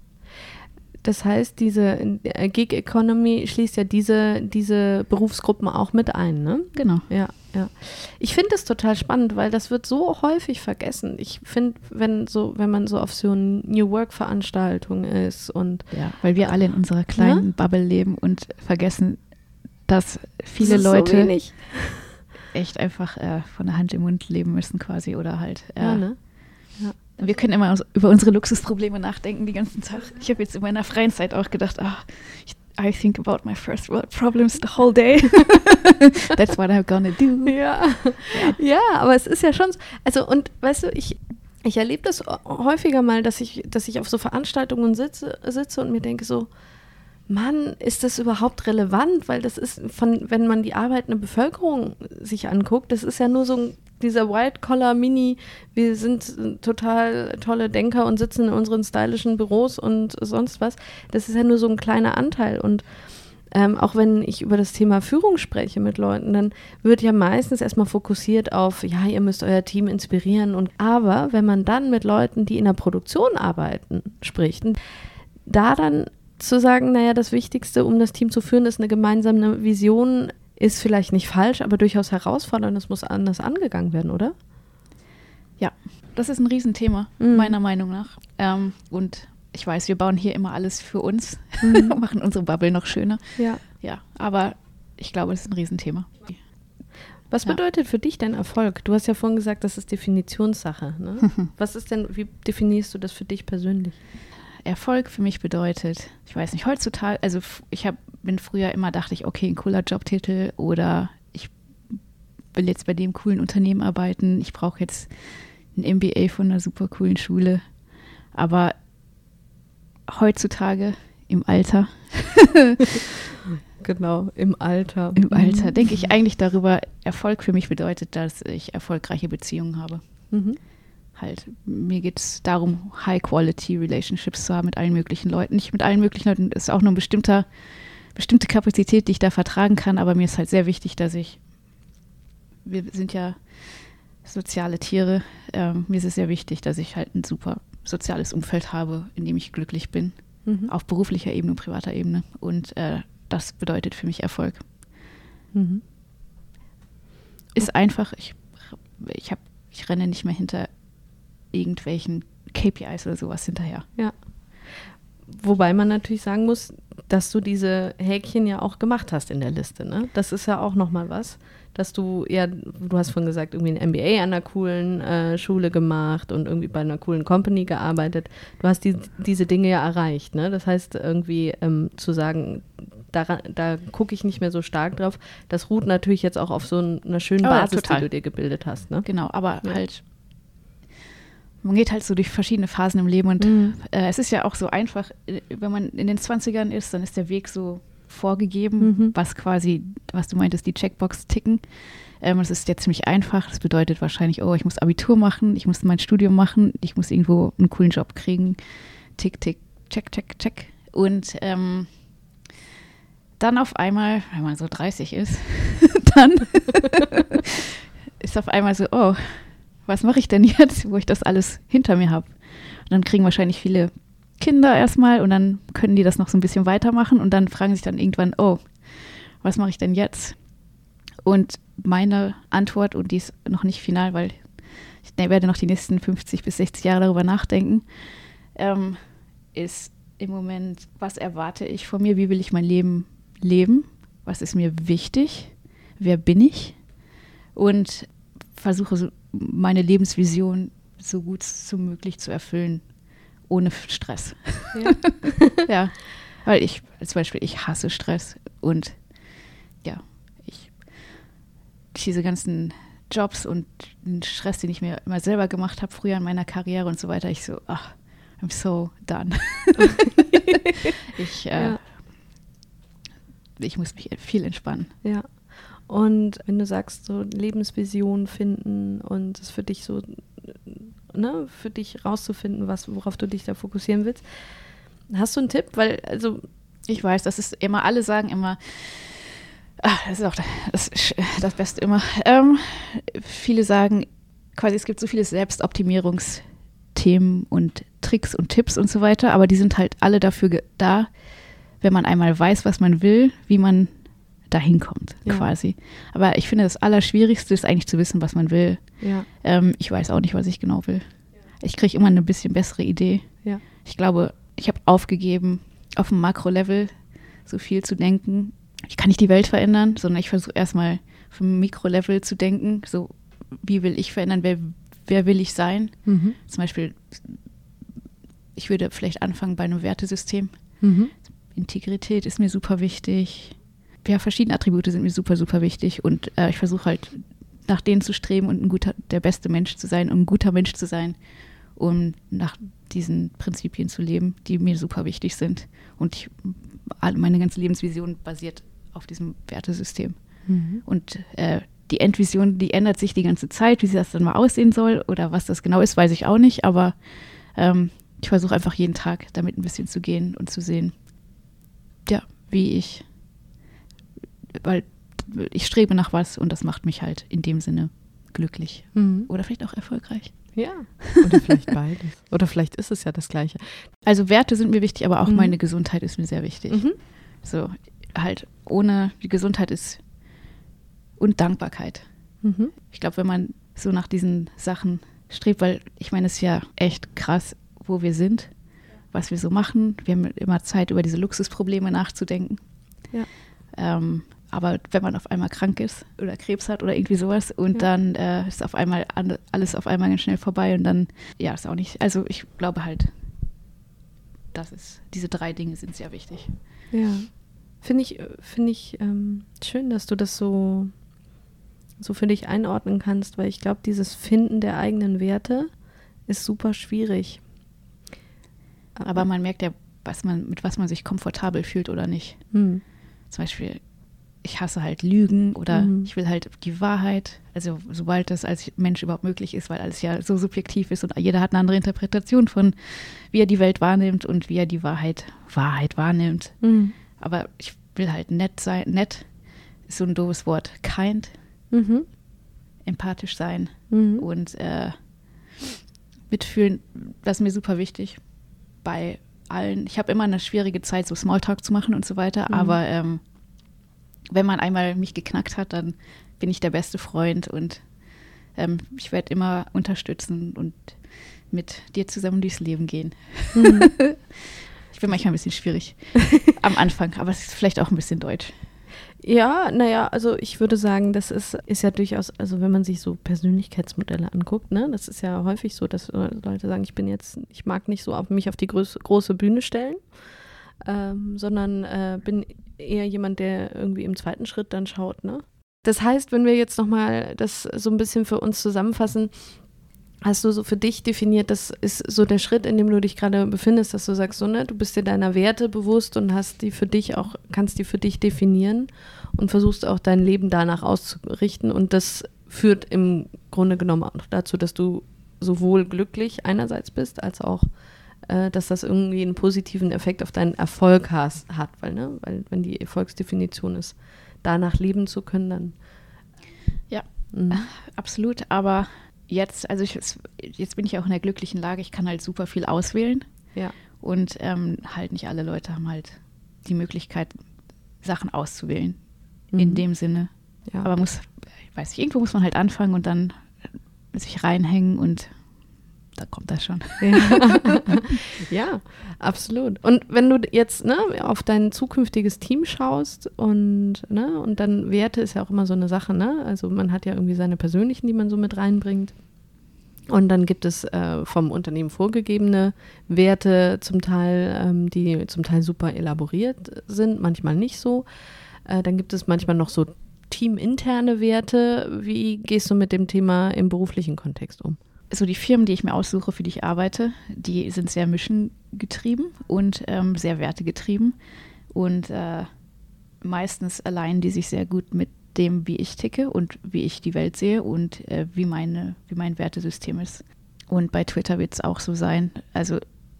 Das heißt, diese äh, Gig Economy schließt ja diese, diese Berufsgruppen auch mit ein, ne? Genau. Ja, ja. Ich finde das total spannend, weil das wird so häufig vergessen. Ich finde, wenn so, wenn man so auf so eine New Work Veranstaltung ist und Ja, weil wir alle in unserer kleinen Ja? Bubble leben und vergessen, dass viele das ist Leute so wenig. echt einfach äh, von der Hand im Mund leben müssen quasi oder halt äh, Ja, ne? wir können immer aus, über unsere Luxusprobleme nachdenken den ganzen Tag. Ich habe jetzt in meiner freien Zeit auch gedacht, ah, ich- I think about my first world problems the whole day. That's what I'm gonna do. Ja. ja, aber es ist ja schon so. Also, und weißt du, ich, ich erlebe das häufiger mal, dass ich, dass ich auf so Veranstaltungen sitze, sitze und mir denke so, Mann, ist das überhaupt relevant? Weil das ist, von, wenn man die arbeitende Bevölkerung sich anguckt, das ist ja nur so ein, dieser White-Collar-Mini, wir sind total tolle Denker und sitzen in unseren stylischen Büros und sonst was. Das ist ja nur so ein kleiner Anteil. Und ähm, auch wenn ich über das Thema Führung spreche mit Leuten, dann wird ja meistens erstmal fokussiert auf, ja, ihr müsst euer Team inspirieren. Und aber wenn man dann mit Leuten, die in der Produktion arbeiten, spricht, da dann zu sagen, naja, das Wichtigste, um das Team zu führen, ist eine gemeinsame Vision, ist vielleicht nicht falsch, aber durchaus herausfordernd. Das muss anders angegangen werden, oder? Ja, das ist ein Riesenthema, Mhm. meiner Meinung nach. Ähm, und ich weiß, wir bauen hier immer alles für uns, Mhm. machen unsere Bubble noch schöner. Ja. Ja, aber ich glaube, das ist ein Riesenthema. Was Ja. bedeutet für dich denn Erfolg? Du hast ja vorhin gesagt, das ist Definitionssache. Ne? Was ist denn, wie definierst du das für dich persönlich? Erfolg für mich bedeutet, ich weiß nicht, heutzutage, also f- ich hab, bin früher immer, dachte ich, okay, ein cooler Jobtitel oder ich will jetzt bei dem coolen Unternehmen arbeiten, ich brauche jetzt ein M B A von einer super coolen Schule. Aber heutzutage im Alter Genau, im Alter. Im Alter denke ich eigentlich darüber, Erfolg für mich bedeutet, dass ich erfolgreiche Beziehungen habe. Mhm. Halt, mir geht es darum, High-Quality-Relationships zu haben mit allen möglichen Leuten. Nicht mit allen möglichen Leuten, ist auch nur ein bestimmter, bestimmte Kapazität, die ich da vertragen kann, aber mir ist halt sehr wichtig, dass ich, wir sind ja soziale Tiere, ähm, mir ist es sehr wichtig, dass ich halt ein super soziales Umfeld habe, in dem ich glücklich bin, Mhm. auf beruflicher Ebene und privater Ebene. Und äh, das bedeutet für mich Erfolg. Mhm. Ist einfach, ich, ich, hab, ich renne nicht mehr hinter irgendwelchen K P Is oder sowas hinterher. Ja. Wobei man natürlich sagen muss, dass du diese Häkchen ja auch gemacht hast in der Liste, ne? Das ist ja auch nochmal was, dass du, ja, du hast vorhin gesagt, irgendwie ein M B A an einer coolen äh, Schule gemacht und irgendwie bei einer coolen Company gearbeitet. Du hast die, diese Dinge ja erreicht, ne? Das heißt, irgendwie ähm, zu sagen, daran, da gucke ich nicht mehr so stark drauf, das ruht natürlich jetzt auch auf so ein, einer schönen Oh ja, Basis, total. die du dir gebildet hast, ne? Genau, aber Ja. halt, man geht halt so durch verschiedene Phasen im Leben und Mhm. äh, es ist ja auch so einfach, äh, wenn man in den zwanzigern ist, dann ist der Weg so vorgegeben, Mhm. was quasi, was du meintest, die Checkbox ticken. Ähm, das ist ja ziemlich einfach. Das bedeutet wahrscheinlich, oh, ich muss Abitur machen, ich muss mein Studium machen, ich muss irgendwo einen coolen Job kriegen. Tick, tick, check, check, check. Und ähm, dann auf einmal, wenn man so dreißig ist, dann ist auf einmal so, oh, was mache ich denn jetzt, wo ich das alles hinter mir habe? Und dann kriegen wahrscheinlich viele Kinder erstmal und dann können die das noch so ein bisschen weitermachen und dann fragen sich dann irgendwann, oh, was mache ich denn jetzt? Und meine Antwort, und die ist noch nicht final, weil ich werde noch die nächsten fünfzig bis sechzig Jahre darüber nachdenken, ähm, ist im Moment, was erwarte ich von mir? Wie will ich mein Leben leben? Was ist mir wichtig? Wer bin ich? Und versuche so meine Lebensvision so gut wie möglich zu erfüllen, ohne Stress. Ja. Ja, weil ich, zum Beispiel, ich hasse Stress und ja, ich, diese ganzen Jobs und den Stress, den ich mir immer selber gemacht habe, früher in meiner Karriere und so weiter, ich so, ach, I'm so done. ich, äh, Ja. ich muss mich viel entspannen. Ja. Und wenn du sagst, so Lebensvision finden und es für dich so, ne, für dich rauszufinden, was, worauf du dich da fokussieren willst, hast du einen Tipp? Weil, also, Ich weiß, das ist immer, alle sagen immer, ach, das ist auch das, das Beste immer. Ähm, viele sagen, quasi es gibt so viele Selbstoptimierungsthemen und Tricks und Tipps und so weiter, aber die sind halt alle dafür ge- da, wenn man einmal weiß, was man will, wie man dahin kommt, Ja. quasi. Aber ich finde, das Allerschwierigste ist eigentlich zu wissen, was man will. ja, Ähm, ich weiß auch nicht, was ich genau will. Ich kriege immer eine bisschen bessere Idee. ja, Ich glaube, ich habe aufgegeben, auf dem Makro-Level so viel zu denken. Ich kann nicht die Welt verändern, sondern ich versuche erstmal vom Mikro-Level zu denken. So, wie will ich verändern? Wer, wer will ich sein? mhm. Zum Beispiel, ich würde vielleicht anfangen bei einem Wertesystem. Mhm. Integrität ist mir super wichtig. Ja, verschiedene Attribute sind mir super, super wichtig. Und äh, ich versuche halt, nach denen zu streben und ein guter, der beste Mensch zu sein und ein guter Mensch zu sein, um nach diesen Prinzipien zu leben, die mir super wichtig sind. Und ich, all- meine ganze Lebensvision basiert auf diesem Wertesystem. Mhm. Und äh, die Endvision, die ändert sich die ganze Zeit. Wie das dann mal aussehen soll oder was das genau ist, weiß ich auch nicht. Aber ähm, ich versuche einfach jeden Tag damit ein bisschen zu gehen und zu sehen, ja, wie ich, weil ich strebe nach was und das macht mich halt in dem Sinne glücklich. Mhm. Oder vielleicht auch erfolgreich. Ja. Oder vielleicht beides. Oder vielleicht ist es ja das Gleiche. Also Werte sind mir wichtig, aber auch Mhm. meine Gesundheit ist mir sehr wichtig. Mhm. So, halt ohne die Gesundheit ist und Dankbarkeit. Mhm. Ich glaube, wenn man so nach diesen Sachen strebt, weil ich meine, es ist ja echt krass, wo wir sind, was wir so machen. Wir haben immer Zeit, über diese Luxusprobleme nachzudenken. Ja. Ähm, aber wenn man auf einmal krank ist oder Krebs hat oder irgendwie sowas und Ja. dann äh, ist auf einmal an, alles auf einmal ganz schnell vorbei und dann, ja, ist auch nicht, also ich glaube halt, das ist, diese drei Dinge sind sehr wichtig. Ja. Finde ich, finde ich ähm, schön, dass du das so, so für dich einordnen kannst, weil ich glaube, dieses Finden der eigenen Werte ist super schwierig. Aber man merkt ja was man, mit was man sich komfortabel fühlt oder nicht. Mhm. Zum Beispiel, ich hasse halt Lügen oder Mhm. ich will halt die Wahrheit, also sobald das als Mensch überhaupt möglich ist, weil alles ja so subjektiv ist und jeder hat eine andere Interpretation von, wie er die Welt wahrnimmt und wie er die Wahrheit, Wahrheit wahrnimmt. Mhm. Aber ich will halt nett sein, nett ist so ein doofes Wort, kind, Mhm. empathisch sein Mhm. und äh, mitfühlen, das ist mir super wichtig bei allen. Ich habe immer eine schwierige Zeit, so Smalltalk zu machen und so weiter, Mhm. aber ähm, wenn man einmal mich geknackt hat, dann bin ich der beste Freund und ähm, ich werde immer unterstützen und mit dir zusammen durchs Leben gehen. Mhm. Ich bin manchmal ein bisschen schwierig am Anfang, aber es ist vielleicht auch ein bisschen deutsch. Ja, naja, also ich würde sagen, das ist, ist ja durchaus, also wenn man sich so Persönlichkeitsmodelle anguckt, ne, das ist ja häufig so, dass Leute sagen, ich bin jetzt, ich mag nicht so auf mich auf die große, große Bühne stellen, ähm, sondern äh, bin eher jemand, der irgendwie im zweiten Schritt dann schaut, ne. Das heißt, wenn wir jetzt nochmal das so ein bisschen für uns zusammenfassen, hast du so für dich definiert, das ist so der Schritt, in dem du dich gerade befindest, dass du sagst, so, ne, du bist dir deiner Werte bewusst und hast die für dich auch, kannst die für dich definieren und versuchst auch dein Leben danach auszurichten und das führt im Grunde genommen auch dazu, dass du sowohl glücklich einerseits bist, als auch, äh, dass das irgendwie einen positiven Effekt auf deinen Erfolg has, hat, weil, ne, weil wenn die Erfolgsdefinition ist, danach leben zu können, dann Ja, mhm. absolut, aber jetzt, also ich, jetzt bin ich auch in der glücklichen Lage, ich kann halt super viel auswählen Ja. und ähm, halt nicht alle Leute haben halt die Möglichkeit, Sachen auszuwählen, Mhm. in dem Sinne. Ja. Aber muss, ich weiß nicht, irgendwo muss man halt anfangen und dann sich reinhängen und da kommt das schon. Ja. Ja, absolut. Und wenn du jetzt, ne, auf dein zukünftiges Team schaust und, ne, und dann Werte ist ja auch immer so eine Sache, ne? Also man hat ja irgendwie seine persönlichen, die man so mit reinbringt. Und dann gibt es äh, vom Unternehmen vorgegebene Werte zum Teil, ähm, die zum Teil super elaboriert sind, manchmal nicht so. Äh, dann gibt es manchmal noch so teaminterne Werte. Wie gehst du mit dem Thema im beruflichen Kontext um? So die Firmen, die ich mir aussuche, für die ich arbeite, die sind sehr missiongetrieben und ähm, sehr wertegetrieben und äh, meistens alignen die sich sehr gut mit dem, wie ich ticke und wie ich die Welt sehe und äh, wie, meine, wie mein Wertesystem ist. Und bei Twitter wird es auch so sein. Also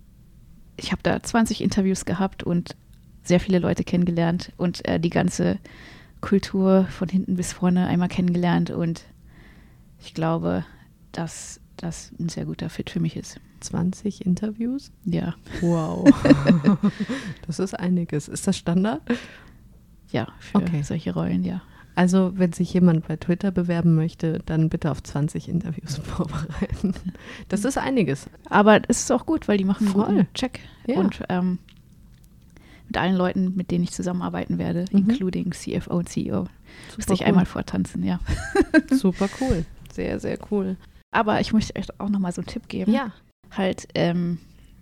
ich habe da zwanzig Interviews gehabt und sehr viele Leute kennengelernt und äh, die ganze Kultur von hinten bis vorne einmal kennengelernt und ich glaube, dass das ein sehr guter Fit für mich ist. zwanzig Interviews? Ja. Wow. Das ist einiges. Ist das Standard? Ja, für Okay. solche Rollen, ja. Also, wenn sich jemand bei Twitter bewerben möchte, dann bitte auf zwanzig Interviews vorbereiten. Das ist einiges. Aber es ist auch gut, weil die machen einen Voll. guten Check. Ja. Und ähm, mit allen Leuten, mit denen ich zusammenarbeiten werde, Mhm. including C F O und C E O, müsste Super ich cool. einmal vortanzen, ja. Super cool. Sehr, sehr cool. Aber ich möchte euch auch nochmal so einen Tipp geben. Ja. Halt, ähm,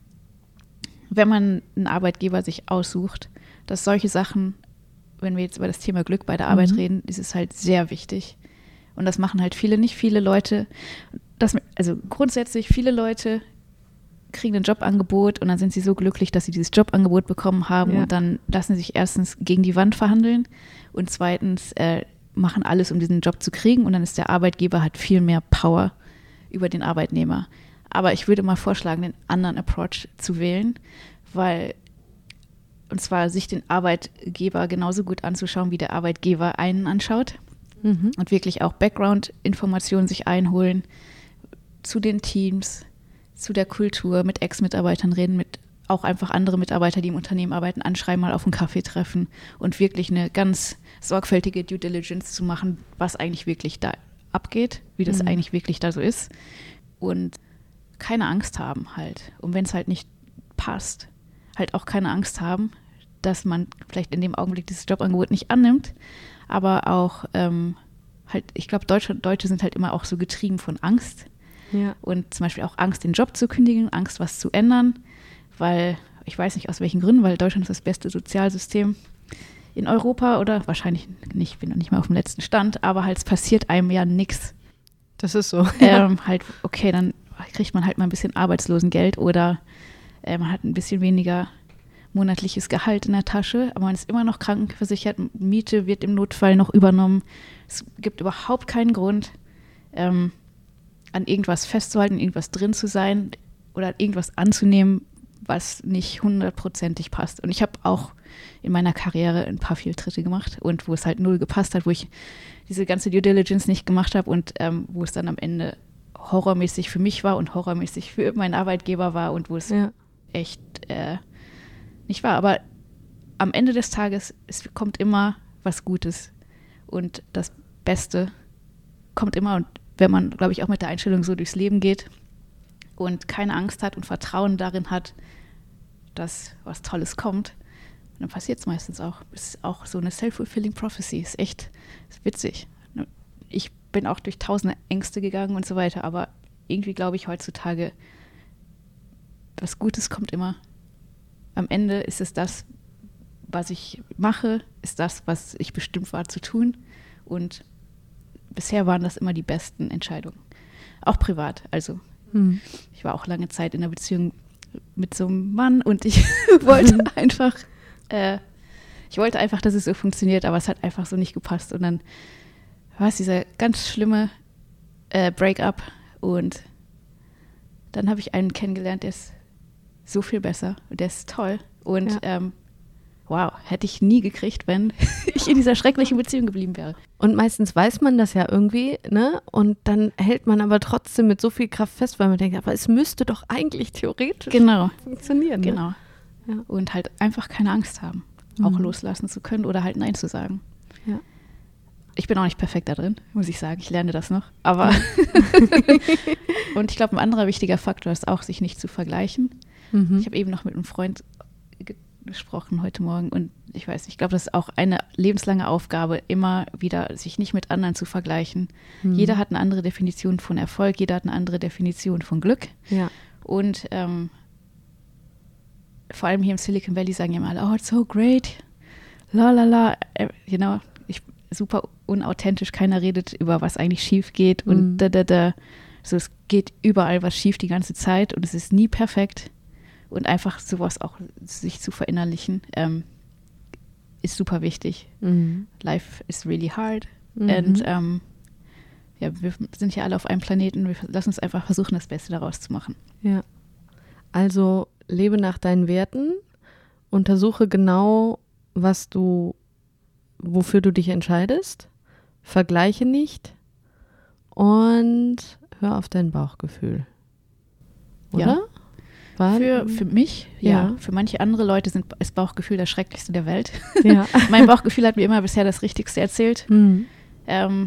wenn man einen Arbeitgeber sich aussucht, dass solche Sachen, wenn wir jetzt über das Thema Glück bei der Arbeit Mhm. reden, ist es halt sehr wichtig. Und das machen halt viele, nicht viele Leute. Das, also grundsätzlich, viele Leute kriegen ein Jobangebot und dann sind sie so glücklich, dass sie dieses Jobangebot bekommen haben Ja. und dann lassen sie sich erstens gegen die Wand verhandeln und zweitens äh, machen alles, um diesen Job zu kriegen und dann ist der Arbeitgeber, hat viel mehr Power über den Arbeitnehmer. Aber ich würde mal vorschlagen, den anderen Approach zu wählen, weil, und zwar sich den Arbeitgeber genauso gut anzuschauen, wie der Arbeitgeber einen anschaut Mhm. und wirklich auch Background-Informationen sich einholen zu den Teams, zu der Kultur, mit Ex-Mitarbeitern reden, mit auch einfach andere Mitarbeiter, die im Unternehmen arbeiten, anschreiben, mal auf einen Kaffee treffen und wirklich eine ganz sorgfältige Due Diligence zu machen, was eigentlich wirklich da abgeht, wie das Mhm. eigentlich wirklich da so ist und keine Angst haben halt. Und wenn es halt nicht passt, halt auch keine Angst haben, dass man vielleicht in dem Augenblick dieses Jobangebot nicht annimmt, aber auch ähm, halt, ich glaube, Deutsche, Deutsche sind halt immer auch so getrieben von Angst Ja. und zum Beispiel auch Angst, den Job zu kündigen, Angst, was zu ändern, weil ich weiß nicht aus welchen Gründen, weil Deutschland ist das beste Sozialsystem in Europa oder wahrscheinlich nicht, ich bin noch nicht mal auf dem letzten Stand, aber halt es passiert einem ja nichts. Das ist so. Ähm, halt, okay, dann kriegt man halt mal ein bisschen Arbeitslosengeld oder äh, man hat ein bisschen weniger monatliches Gehalt in der Tasche, aber man ist immer noch krankenversichert, Miete wird im Notfall noch übernommen. Es gibt überhaupt keinen Grund, ähm, an irgendwas festzuhalten, irgendwas drin zu sein oder irgendwas anzunehmen, was nicht hundertprozentig passt. Und ich habe auch in meiner Karriere ein paar Fehltritte gemacht und wo es halt null gepasst hat, wo ich diese ganze Due Diligence nicht gemacht habe und ähm, wo es dann am Ende horrormäßig für mich war und horrormäßig für meinen Arbeitgeber war und wo es ja. echt äh, nicht war. Aber am Ende des Tages, es kommt immer was Gutes und das Beste kommt immer. Und wenn man, glaube ich, auch mit der Einstellung so durchs Leben geht und keine Angst hat und Vertrauen darin hat, dass was Tolles kommt, dann passiert es meistens auch. Es ist auch so eine self-fulfilling prophecy. Ist echt ist witzig. Ich bin auch durch tausende Ängste gegangen und so weiter, aber irgendwie glaube ich heutzutage, was Gutes kommt immer. Am Ende ist es das, was ich mache, ist das, was ich bestimmt war zu tun. Und bisher waren das immer die besten Entscheidungen. Auch privat. Also hm. ich war auch lange Zeit in einer Beziehung mit so einem Mann und ich wollte einfach Äh, ich wollte einfach, dass es so funktioniert, aber es hat einfach so nicht gepasst. Und dann war es dieser ganz schlimme äh, Break-up und dann habe ich einen kennengelernt, der ist so viel besser und der ist toll. Und ja. ähm, wow, hätte ich nie gekriegt, wenn ich in dieser schrecklichen Beziehung geblieben wäre. Und meistens weiß man das ja irgendwie, ne? Und dann hält man aber trotzdem mit so viel Kraft fest, weil man denkt, aber es müsste doch eigentlich theoretisch genau. funktionieren. Ne? Genau. Ja. Und halt einfach keine Angst haben, mhm. auch loslassen zu können oder halt Nein zu sagen. Ja. Ich bin auch nicht perfekt da drin, muss ich sagen. Ich lerne das noch. Aber und ich glaube, ein anderer wichtiger Faktor ist auch, sich nicht zu vergleichen. Mhm. Ich habe eben noch mit einem Freund ge- gesprochen heute Morgen und ich weiß nicht, ich glaube, das ist auch eine lebenslange Aufgabe, immer wieder sich nicht mit anderen zu vergleichen. Mhm. Jeder hat eine andere Definition von Erfolg, jeder hat eine andere Definition von Glück. Ja. Und ähm, vor allem hier im Silicon Valley sagen ja immer alle, oh, it's so great, la la la, you know, ich, super unauthentisch, keiner redet über, was eigentlich schief geht und mm. da da da, so es geht überall was schief die ganze Zeit und es ist nie perfekt und einfach sowas auch sich zu verinnerlichen, ähm, ist super wichtig. Mm. Life is really hard mhm. and ähm, ja, wir sind hier alle auf einem Planeten, wir lassen uns einfach versuchen, das Beste daraus zu machen. Ja, also lebe nach deinen Werten, untersuche genau, was du, wofür du dich entscheidest, vergleiche nicht und hör auf dein Bauchgefühl. Oder? Ja. War, für, für mich, ja. ja. Für manche andere Leute sind, ist Bauchgefühl das Schrecklichste der Welt. Ja. Mein Bauchgefühl hat mir immer bisher das Richtigste erzählt. Mhm. Ähm,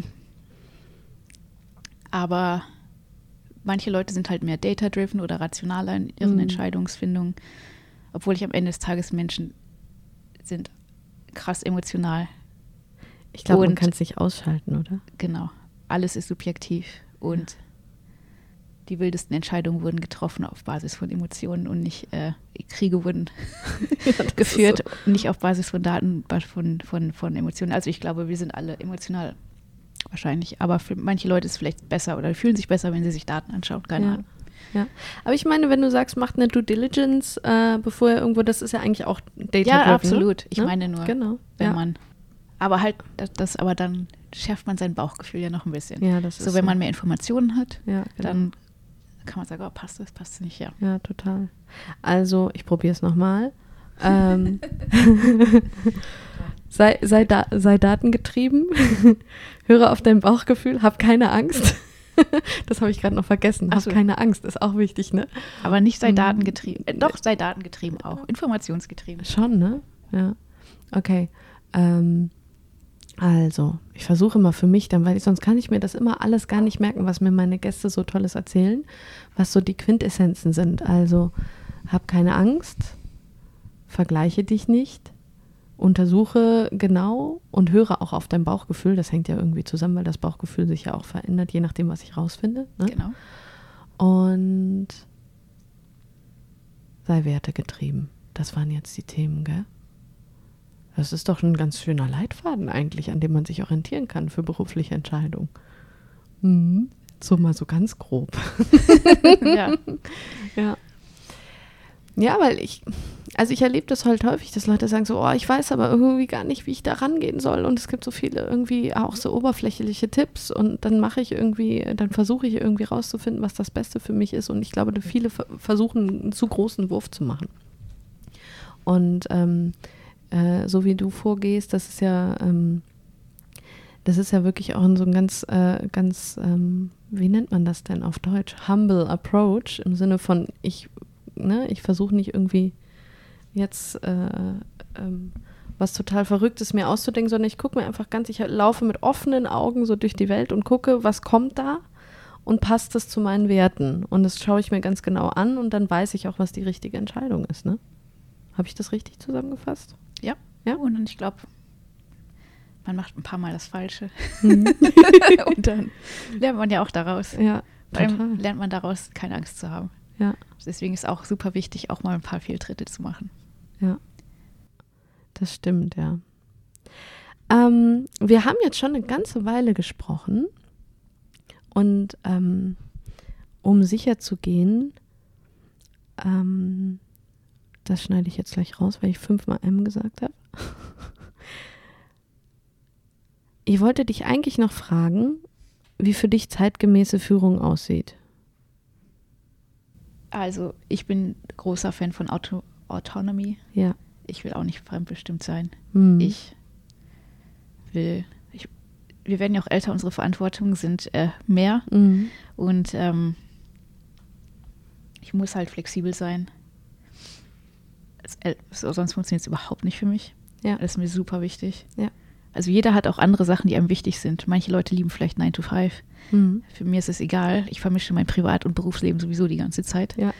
aber manche Leute sind halt mehr data-driven oder rationaler in ihren mhm. Entscheidungsfindungen, obwohl ich am Ende des Tages Menschen sind krass emotional. Ich glaube, man kann es nicht ausschalten, oder? Genau. Alles ist subjektiv und ja. die wildesten Entscheidungen wurden getroffen auf Basis von Emotionen und nicht äh, Kriege wurden ja, geführt, so. Nicht auf Basis von Daten, von, von, von Emotionen. Also ich glaube, wir sind alle emotional wahrscheinlich, aber für manche Leute ist es vielleicht besser oder fühlen sich besser, wenn sie sich Daten anschauen, keine ja. Ahnung. Ja, aber ich meine, wenn du sagst, macht eine Due Diligence, äh, bevor er irgendwo, das ist ja eigentlich auch Data-driven. Ja, absolut. Ich ne? meine nur, genau. wenn ja. man, aber halt, das, das, aber dann schärft man sein Bauchgefühl ja noch ein bisschen. Ja, das ist so, wenn man mehr Informationen hat, ja, genau. dann kann man sagen, oh, passt das, passt das nicht, ja. Ja, total. Also, ich probiere es nochmal. ähm, sei, sei, da, sei datengetrieben, höre auf dein Bauchgefühl, hab keine Angst. Das habe ich gerade noch vergessen. Hab so. keine Angst, ist auch wichtig, ne? Aber nicht sei datengetrieben. Äh, doch, sei datengetrieben auch. Informationsgetrieben. Schon, ne? Ja. Okay. Ähm, also, ich versuche mal für mich dann, weil ich, sonst kann ich mir das immer alles gar nicht merken, was mir meine Gäste so Tolles erzählen, was so die Quintessenzen sind. Also, hab keine Angst, vergleiche dich nicht, untersuche genau und höre auch auf dein Bauchgefühl. Das hängt ja irgendwie zusammen, weil das Bauchgefühl sich ja auch verändert, je nachdem, was ich rausfinde. Ne? Genau. Und sei wertegetrieben. Das waren jetzt die Themen, gell? Das ist doch ein ganz schöner Leitfaden eigentlich, an dem man sich orientieren kann für berufliche Entscheidungen. Mhm. So mal so ganz grob. Ja. Ja. Ja, weil ich, also ich erlebe das halt häufig, dass Leute sagen so, oh, ich weiß aber irgendwie gar nicht, wie ich da rangehen soll und es gibt so viele irgendwie auch so oberflächliche Tipps und dann mache ich irgendwie, dann versuche ich irgendwie rauszufinden, was das Beste für mich ist und ich glaube, viele ver- versuchen einen zu großen Wurf zu machen. Und ähm, äh, so wie du vorgehst, das ist ja, ähm, das ist ja wirklich auch so ein ganz, äh, ganz, ähm, wie nennt man das denn auf Deutsch? Humble Approach im Sinne von, ich, ne, ich versuche nicht irgendwie jetzt äh, ähm, was total Verrücktes mir auszudenken, sondern ich gucke mir einfach ganz, ich laufe mit offenen Augen so durch die Welt und gucke, was kommt da und passt es zu meinen Werten. Und das schaue ich mir ganz genau an und dann weiß ich auch, was die richtige Entscheidung ist, ne? Habe ich das richtig zusammengefasst? Ja, Ja? und ich glaube, man macht ein paar Mal das Falsche. Mhm. Und dann lernt man ja auch daraus. Ja, Vor allem total. lernt man daraus, keine Angst zu haben. Ja, Deswegen ist auch super wichtig, auch mal ein paar Fehltritte zu machen. ja. Das stimmt, ja. Ähm, wir haben jetzt schon eine ganze Weile gesprochen und ähm, um sicher zu gehen, ähm, das schneide ich jetzt gleich raus, weil ich fünfmal M gesagt habe. Ich wollte dich eigentlich noch fragen, wie für dich zeitgemäße Führung aussieht. Also ich bin großer Fan von Auto Autonomy. Ja. Ich will auch nicht fremdbestimmt sein. Hm. Ich will, ich, wir werden ja auch älter, unsere Verantwortungen sind äh, mehr Mhm. und ähm, ich muss halt flexibel sein. Es, äh, so, sonst funktioniert es überhaupt nicht für mich. Ja. Das ist mir super wichtig. Ja. Also jeder hat auch andere Sachen, die einem wichtig sind. Manche Leute lieben vielleicht nine to five. Mhm. Für mich ist es egal. Ich vermische mein Privat- und Berufsleben sowieso die ganze Zeit. Ja.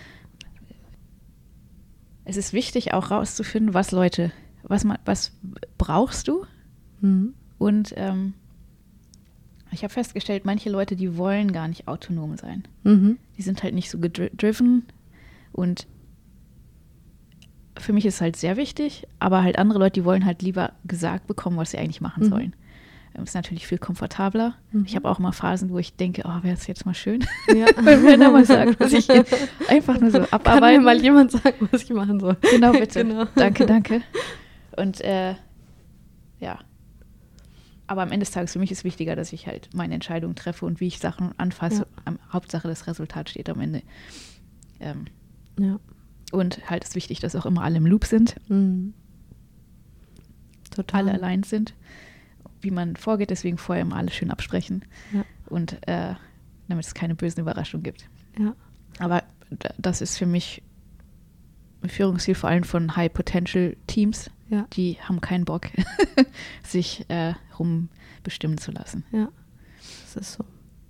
Es ist wichtig, auch rauszufinden, was Leute, was, man, was brauchst du? Mhm. Und ähm, ich habe festgestellt, manche Leute, die wollen gar nicht autonom sein. Mhm. Die sind halt nicht so gedriven. Und für mich ist es halt sehr wichtig, aber halt andere Leute, die wollen halt lieber gesagt bekommen, was sie eigentlich machen Mhm. sollen. Das ist natürlich viel komfortabler. Mhm. Ich habe auch mal Phasen, wo ich denke, oh, wäre es jetzt mal schön, Ja. wenn mir da mal sagt, was ich einfach nur so Kann mir abarbeiten. mal jemand sagen, was ich machen soll? Genau, bitte. Genau. Danke, danke. Und äh, ja. Aber am Ende des Tages, für mich ist wichtiger, dass ich halt meine Entscheidungen treffe und wie ich Sachen anfasse. Ja. Am, Hauptsache, das Resultat steht am Ende. Ähm, Ja. und halt ist wichtig, dass auch immer alle im Loop sind, Mhm. Total. alle allein sind, wie man vorgeht. Deswegen vorher immer alles schön absprechen. Ja. Und äh, damit es keine bösen Überraschungen gibt. Ja. Aber d- das ist für mich ein Führungsstil vor allem von High-Potential-Teams. Ja. Die haben keinen Bock, sich äh, rumbestimmen zu lassen. Ja, das ist so.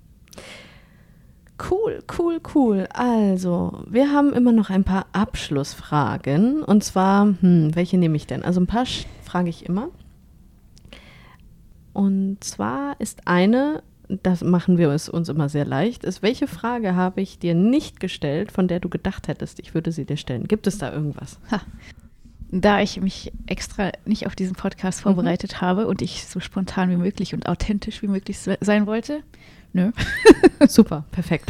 Cool, cool, cool. Also, wir haben immer noch ein paar Abschlussfragen. Und zwar, hm, welche nehme ich denn? Also ein paar sch- frage ich immer. Und zwar ist eine, das machen wir es uns immer sehr leicht, ist, welche Frage habe ich dir nicht gestellt, von der du gedacht hättest, ich würde sie dir stellen? Gibt es da irgendwas? Ha. Da ich mich extra nicht auf diesen Podcast vorbereitet mhm. habe und ich so spontan wie möglich und authentisch wie möglich se- sein wollte, nö. Super, perfekt.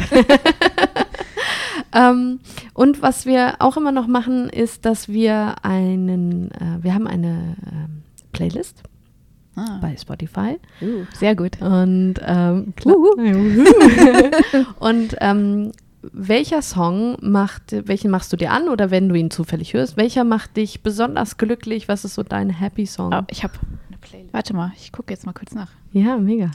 ähm, und was wir auch immer noch machen, ist, dass wir einen, äh, wir haben eine ähm, Playlist Ah. bei Spotify. Uh, sehr gut. Und ähm, klar. Und ähm, welcher Song macht, welchen machst du dir an oder wenn du ihn zufällig hörst, welcher macht dich besonders glücklich? Was ist so dein Happy Song? Oh, ich habe eine Playlist. Warte mal, ich gucke jetzt mal kurz nach. Ja, mega.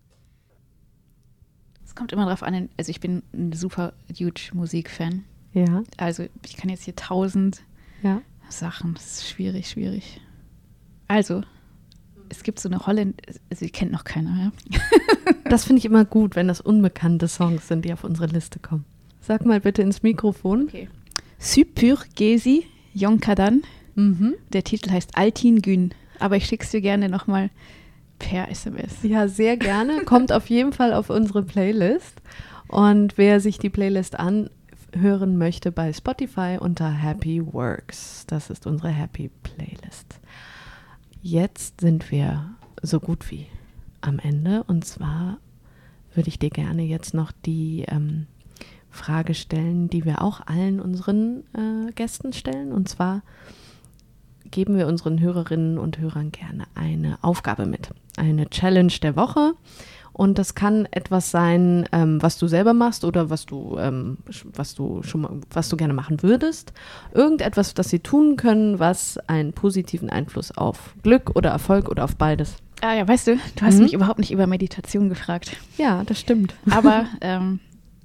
Es kommt immer drauf an, also ich bin ein super huge Musikfan. Ja, Also ich kann jetzt hier tausend ja. Sachen, das ist schwierig, schwierig. Also, es gibt so eine Holland, also die kennt noch keiner, ja? Das finde ich immer gut, wenn das unbekannte Songs sind, die auf unsere Liste kommen. Sag mal bitte ins Mikrofon. Okay. Süpür Gezi Yonkadan. Mhm. Der Titel heißt Altin Gün. Aber ich schicke es dir gerne nochmal per S M S. Ja, sehr gerne. Kommt auf jeden Fall auf unsere Playlist. Und wer sich die Playlist anhören möchte bei Spotify unter Happy Works. Das ist unsere Happy Playlist. Jetzt sind wir so gut wie am Ende. Und zwar würde ich dir gerne jetzt noch die ähm, Frage stellen, die wir auch allen unseren äh, Gästen stellen. Und zwar geben wir unseren Hörerinnen und Hörern gerne eine Aufgabe mit. Eine Challenge der Woche. Und das kann etwas sein, ähm, was du selber machst oder was du, ähm, was du schon mal, was du gerne machen würdest. Irgendetwas, das sie tun können, was einen positiven Einfluss auf Glück oder Erfolg oder auf beides. Ah ja, weißt du, du hast Mhm. mich überhaupt nicht über Meditation gefragt. Ja, das stimmt. Aber ähm,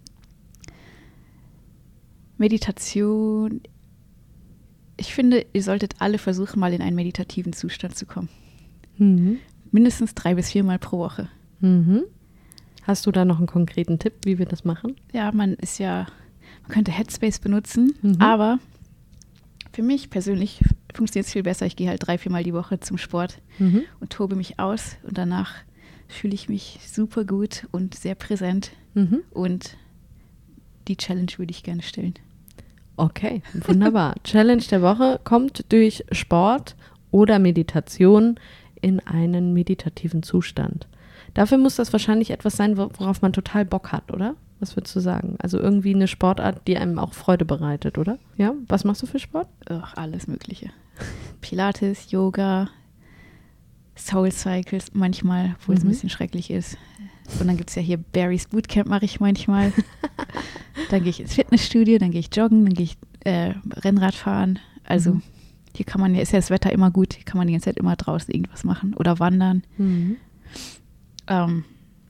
Meditation, ich finde, ihr solltet alle versuchen, mal in einen meditativen Zustand zu kommen. Mhm. Mindestens drei bis viermal pro Woche. Mhm. Hast du da noch einen konkreten Tipp, wie wir das machen? Ja, man ist ja, man könnte Headspace benutzen, Mhm. aber für mich persönlich funktioniert es viel besser. Ich gehe halt drei, viermal die Woche zum Sport Mhm. und tobe mich aus und danach fühle ich mich super gut und sehr präsent Mhm. und die Challenge würde ich gerne stellen. Okay, wunderbar. Challenge der Woche kommt durch Sport oder Meditation in einen meditativen Zustand. Dafür muss das wahrscheinlich etwas sein, worauf man total Bock hat, oder? Was würdest du sagen? Also irgendwie eine Sportart, die einem auch Freude bereitet, oder? Ja? Was machst du für Sport? Ach, alles Mögliche. Pilates, Yoga, Soul Cycles manchmal, obwohl es Mhm. ein bisschen schrecklich ist. Und dann gibt es ja hier Barry's Bootcamp mache ich manchmal. Dann gehe ich ins Fitnessstudio, dann gehe ich joggen, dann gehe ich äh, Rennrad fahren. Also Mhm. hier kann man, ist ja das Wetter immer gut, hier kann man die ganze Zeit immer draußen irgendwas machen oder wandern. Mhm. Ähm,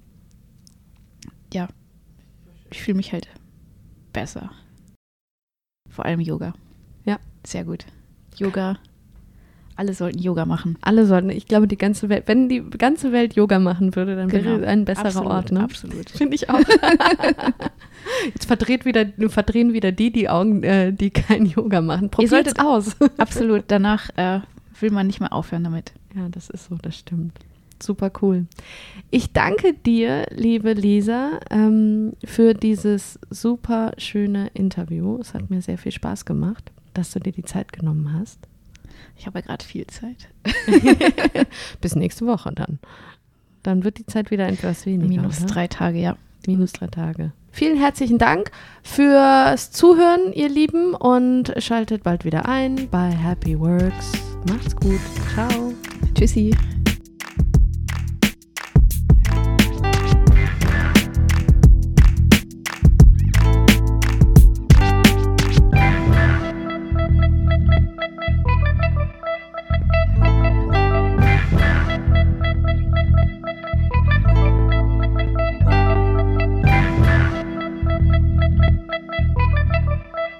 ja, ich fühle mich halt besser. Vor allem Yoga. Ja. Sehr gut. Yoga. Alle sollten Yoga machen. Alle sollten, ich glaube, die ganze Welt, wenn die ganze Welt Yoga machen würde, dann wäre Genau. es ein besserer Absolut, Ort, ne? Absolut. Finde ich auch. Jetzt verdreht wieder, verdrehen wieder die die Augen, äh, die kein Yoga machen. Probiert's solltet- aus. Absolut. Danach äh, will man nicht mehr aufhören damit. Ja, das ist so, das stimmt. Super cool. Ich danke dir, liebe Lisa, ähm, für dieses super schöne Interview. Es hat mir sehr viel Spaß gemacht, dass du dir die Zeit genommen hast. Ich habe ja gerade viel Zeit. Bis nächste Woche dann. Dann wird die Zeit wieder etwas weniger. Minus oder? drei Tage, ja. Minus drei Tage. Vielen herzlichen Dank fürs Zuhören, ihr Lieben, und schaltet bald wieder ein bei Happy Works. Macht's gut. Ciao. Tschüssi.